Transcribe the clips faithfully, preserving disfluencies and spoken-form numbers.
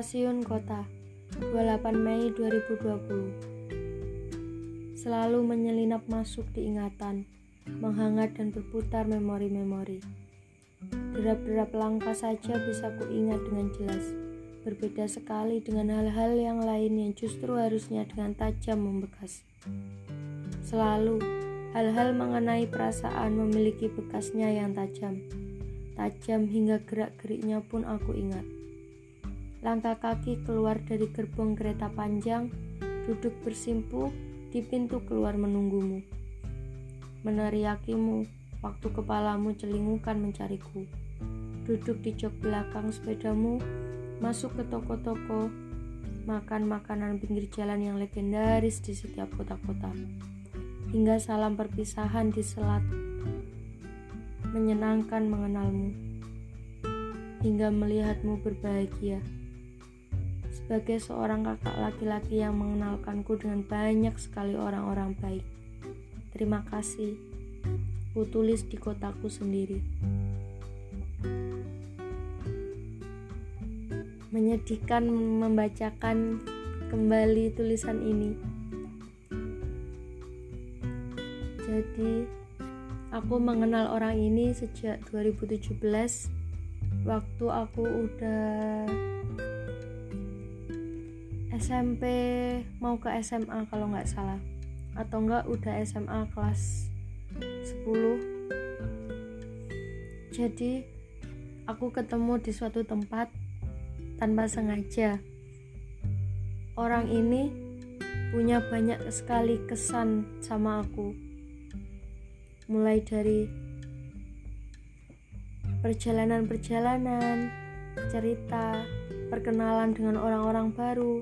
Stasiun Kota, dua puluh delapan Mei dua ribu dua puluh. Selalu menyelinap masuk di ingatan, menghangat dan berputar memori-memori. Derap-derap langkah saja bisa kuingat dengan jelas. Berbeda sekali dengan hal-hal yang lain yang justru harusnya dengan tajam membekas. Selalu, hal-hal mengenai perasaan memiliki bekasnya yang tajam. Tajam hingga gerak-geriknya pun aku ingat. Langkah kaki keluar dari gerbong kereta panjang, duduk bersimpuh di pintu keluar menunggumu. Meneriakimu, waktu kepalamu celingukan mencariku. Duduk di jok belakang sepedamu, masuk ke toko-toko, makan makanan pinggir jalan yang legendaris di setiap kota-kota. Hingga salam perpisahan di selat. Menyenangkan mengenalmu. Hingga melihatmu berbahagia. Sebagai seorang kakak laki-laki yang mengenalkanku dengan banyak sekali orang-orang baik. Terima kasih. Kutulis di kotaku sendiri. Menyedihkan membacakan kembali tulisan ini. Jadi, aku mengenal orang ini sejak dua ribu tujuh belas, waktu aku udah S M P mau ke S M A kalau nggak salah, atau enggak udah S M A kelas sepuluh. Jadi aku ketemu di suatu tempat tanpa sengaja. Orang ini punya banyak sekali kesan sama aku, mulai dari perjalanan-perjalanan, cerita, perkenalan dengan orang-orang baru.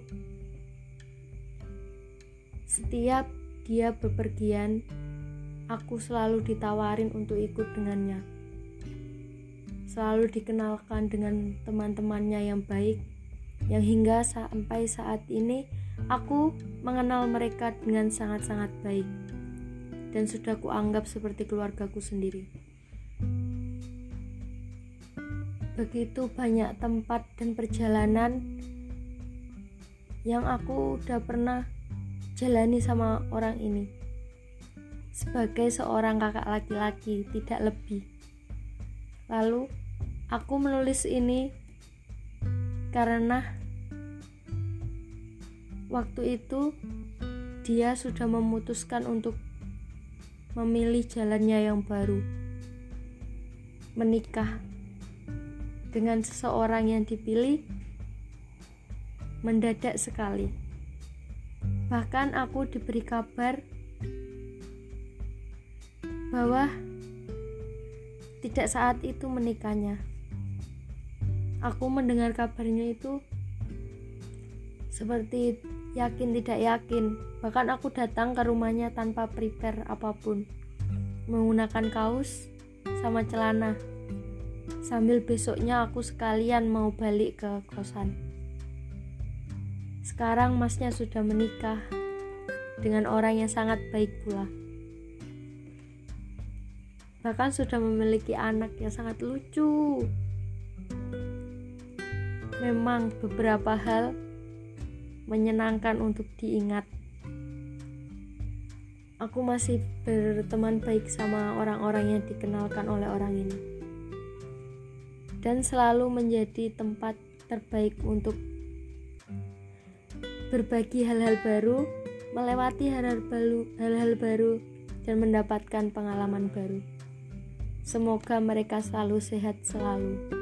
Setiap dia bepergian, aku selalu ditawarin untuk ikut dengannya. Selalu dikenalkan dengan teman-temannya yang baik, yang hingga sampai saat ini aku mengenal mereka dengan sangat-sangat baik dan sudah kuanggap seperti keluargaku sendiri. Begitu banyak tempat dan perjalanan yang aku udah pernah jalani sama orang ini sebagai seorang kakak laki-laki, tidak lebih. Lalu aku menulis ini karena waktu itu dia sudah memutuskan untuk memilih jalannya yang baru, menikah dengan seseorang yang dipilih mendadak sekali. Bahkan aku diberi kabar bahwa tidak saat itu menikahnya. Aku mendengar kabarnya itu seperti yakin tidak yakin. Bahkan aku datang ke rumahnya tanpa prepare apapun, menggunakan kaos sama celana, sambil besoknya aku sekalian mau balik ke kosan. Sekarang masnya sudah menikah dengan orang yang sangat baik pula. Bahkan sudah memiliki anak yang sangat lucu. Memang beberapa hal menyenangkan untuk diingat. Aku masih berteman baik sama orang-orang yang dikenalkan oleh orang ini. Dan selalu menjadi tempat terbaik untuk berbagi hal-hal baru, melewati hal-hal baru, hal-hal baru dan mendapatkan pengalaman baru. Semoga mereka selalu sehat selalu.